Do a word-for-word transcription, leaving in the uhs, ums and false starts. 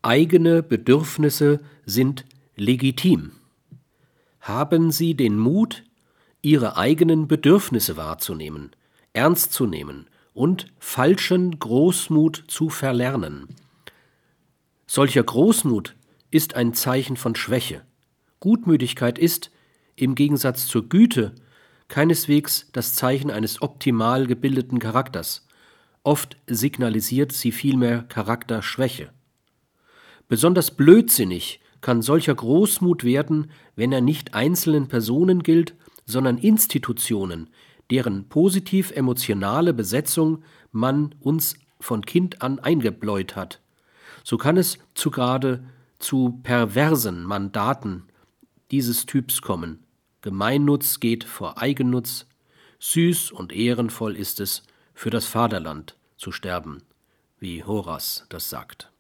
Eigene Bedürfnisse sind legitim. Haben Sie den Mut, Ihre eigenen Bedürfnisse wahrzunehmen, ernst zu nehmen und falschen Großmut zu verlernen. Solcher Großmut ist ein Zeichen von Schwäche. Gutmütigkeit ist, im Gegensatz zur Güte, keineswegs das Zeichen eines optimal gebildeten Charakters. Oft signalisiert sie vielmehr Charakterschwäche. Besonders blödsinnig kann solcher Großmut werden, wenn er nicht einzelnen Personen gilt, sondern Institutionen, deren positiv-emotionale Besetzung man uns von Kind an eingebläut hat. So kann es zu gerade zu perversen Mandaten dieses Typs kommen. Gemeinnutz geht vor Eigennutz, süß und ehrenvoll ist es, für das Vaterland zu sterben, wie Horaz das sagt.